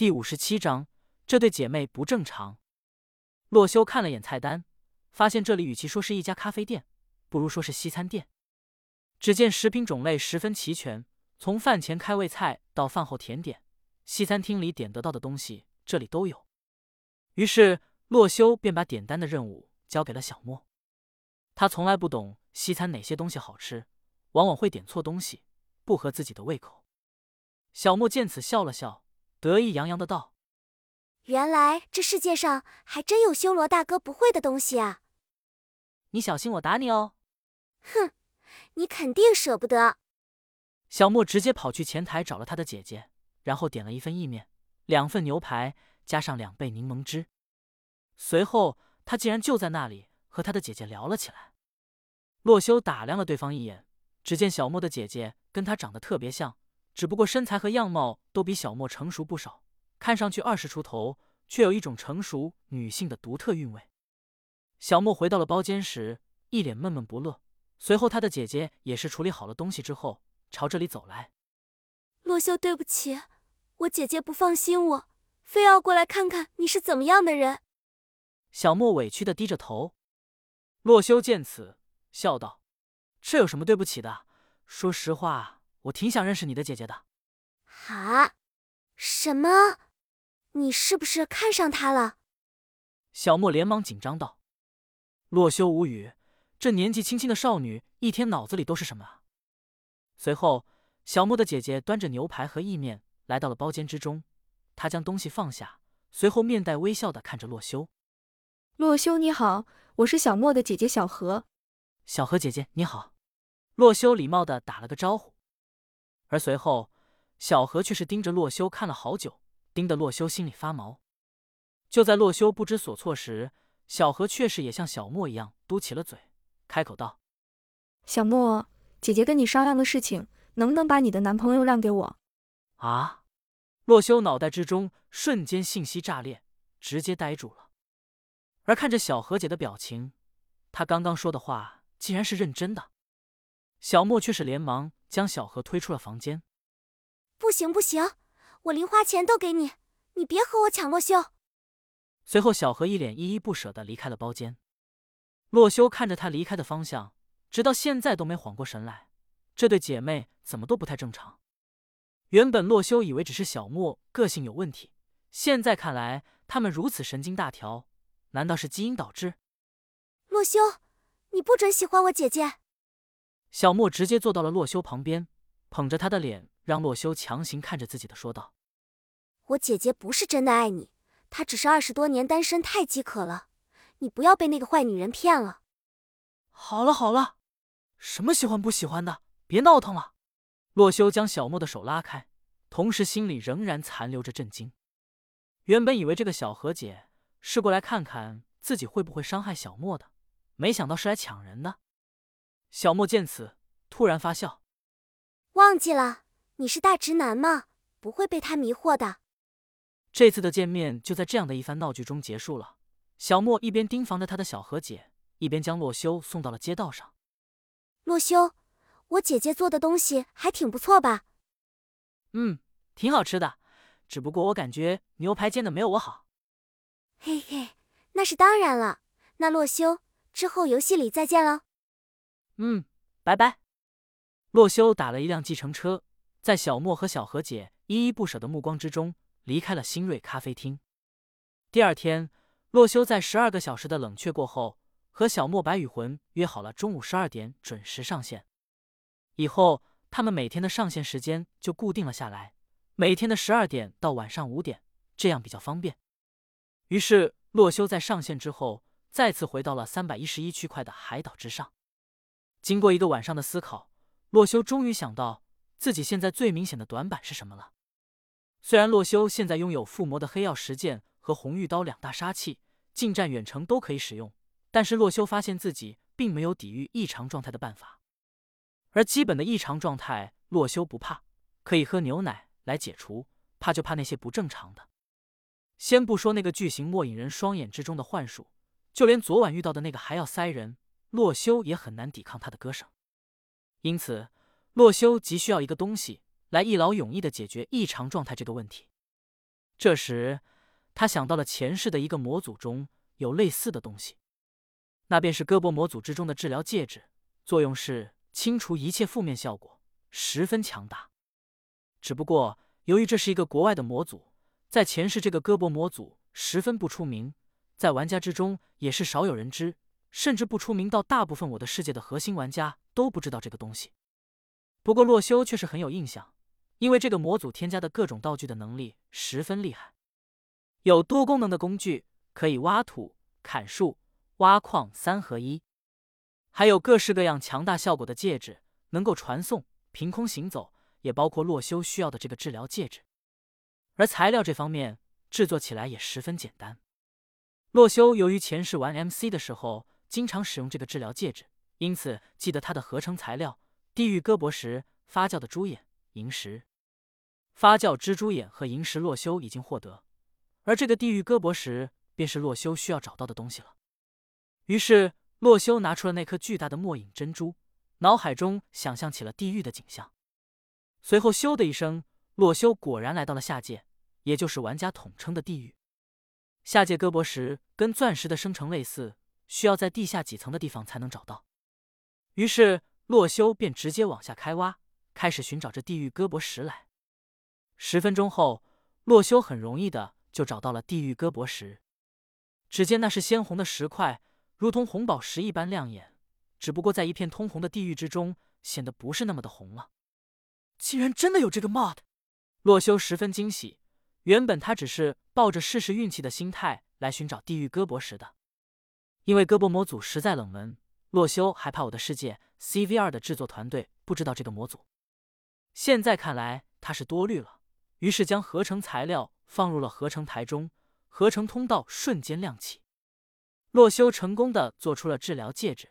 第57章，这对姐妹不正常。洛修看了眼菜单，发现这里与其说是一家咖啡店，不如说是西餐店。只见食品种类十分齐全，从饭前开胃菜到饭后甜点，西餐厅里点得到的东西这里都有。于是洛修便把点单的任务交给了小莫。他从来不懂西餐哪些东西好吃，往往会点错东西，不合自己的胃口。小莫见此笑了笑，得意洋洋的道： 原来这世界上还真有修罗大哥不会的东西啊！ 你小心我打你哦！ 哼，你肯定舍不得。 小莫直接跑去前台找了他的姐姐，然后点了1份意面、2份牛排，加上2杯柠檬汁。随后他竟然就在那里和他的姐姐聊了起来。洛修打量了对方一眼，只见小莫的姐姐跟他长得特别像，只不过身材和样貌都比小莫成熟不少，看上去20出头，却有一种成熟女性的独特韵味。小莫回到了包间时，一脸闷闷不乐。随后他的姐姐也是处理好了东西之后，朝这里走来。 洛修，对不起，我姐姐不放心我，非要过来看看你是怎么样的人。 小莫委屈地低着头。洛修见此，笑道：这有什么对不起的？说实话，我挺想认识你的姐姐的。 啊？什么？你是不是看上她了？ 小莫连忙紧张道。洛修无语，这年纪轻轻的少女一天脑子里都是什么啊？随后小莫的姐姐端着牛排和意面来到了包间之中，她将东西放下，随后面带微笑地看着洛修。 洛修你好，我是小莫的姐姐小何。 小何姐姐你好。洛修礼貌地打了个招呼，而随后小何却是盯着洛修看了好久，盯得洛修心里发毛。就在洛修不知所措时，小何却是也像小莫一样嘟起了嘴，开口道： 小莫，姐姐跟你商量的事情，能不能把你的男朋友让给我？ 啊！洛修脑袋之中瞬间信息炸裂，直接呆住了。而看着小何姐的表情，她刚刚说的话竟然是认真的。小莫却是连忙将小何推出了房间。 不行不行，我零花钱都给你，你别和我抢洛修。 随后小何一脸依依不舍地离开了包间。洛修看着他离开的方向，直到现在都没缓过神来，这对姐妹怎么都不太正常。原本洛修以为只是小莫个性有问题，现在看来他们如此神经大条，难道是基因导致？ 洛修，你不准喜欢我姐姐！ 小莫直接坐到了洛修旁边，捧着他的脸，让洛修强行看着自己的说道： 我姐姐不是真的爱你，她只是20多年单身太饥渴了，你不要被那个坏女人骗了。 好了好了，什么喜欢不喜欢的，别闹腾了。洛修将小莫的手拉开，同时心里仍然残留着震惊。原本以为这个小何姐是过来看看自己会不会伤害小莫的，没想到是来抢人的。小莫见此，突然发笑： 忘记了，你是大直男吗？不会被他迷惑的。 这次的见面就在这样的一番闹剧中结束了。小莫一边盯防着他的小何姐，一边将洛修送到了街道上。 洛修，我姐姐做的东西还挺不错吧？ 挺好吃的，只不过我感觉牛排煎的没有我好。 嘿嘿，那是当然了。那洛修，之后游戏里再见了。 拜拜。洛修打了一辆计程车，在小莫和小何姐依依不舍的目光之中，离开了新锐咖啡厅。第二天，洛修在12个小时的冷却过后，和小莫、白羽魂约好了中午12点准时上线。以后他们每天的上线时间就固定了下来，每天的12点到晚上5点，这样比较方便。于是洛修在上线之后，再次回到了311区块的海岛之上。经过一个晚上的思考，洛修终于想到自己现在最明显的短板是什么了。虽然洛修现在拥有附魔的黑曜石剑和红玉刀2大杀器，近战远程都可以使用，但是洛修发现自己并没有抵御异常状态的办法。而基本的异常状态洛修不怕，可以喝牛奶来解除，怕就怕那些不正常的。先不说那个巨型末影人双眼之中的幻术，就连昨晚遇到的那个还要塞人，洛修也很难抵抗他的歌声。因此洛修急需要一个东西来一劳永逸地解决异常状态这个问题。 这时，他想到了前世的一个模组中有类似的东西，那便是胳膊模组之中的治疗戒指，作用是清除一切负面效果，十分强大。只不过，由于这是一个国外的模组，在前世这个胳膊模组十分不出名，在玩家之中也是少有人知，甚至不出名到大部分我的世界的核心玩家都不知道这个东西。不过洛修却是很有印象，因为这个模组添加的各种道具的能力十分厉害，有多功能的工具可以挖土、砍树、挖矿3合1，还有各式各样强大效果的戒指，能够传送、凭空行走，也包括洛修需要的这个治疗戒指。而材料这方面制作起来也十分简单。洛修由于前世玩 MC 的时候经常使用这个治疗戒指，因此记得它的合成材料：地狱胳膊石、发酵的猪眼、萤石。发酵蜘蛛眼和萤石洛修已经获得，而这个地狱胳膊石便是洛修需要找到的东西了。于是洛修拿出了那颗巨大的末影珍珠，脑海中想象起了地狱的景象。随后咻的一声，洛修果然来到了下界，也就是玩家统称的地狱。下界胳膊石跟钻石的生成类似，需要在地下几层的地方才能找到。于是洛修便直接往下开挖，开始寻找这地狱胳膊石来。10分钟后，洛修很容易的就找到了地狱胳膊石。只见那是鲜红的石块，如同红宝石一般亮眼，只不过在一片通红的地狱之中，显得不是那么的红了。竟然真的有这个 mod！ 洛修十分惊喜，原本他只是抱着试试运气的心态来寻找地狱胳膊石的，因为胳膊模组实在冷门，洛修还怕我的世界 CV2 的制作团队不知道这个模组。现在看来他是多虑了，于是将合成材料放入了合成台中，合成通道瞬间亮起。洛修成功的做出了治疗戒指，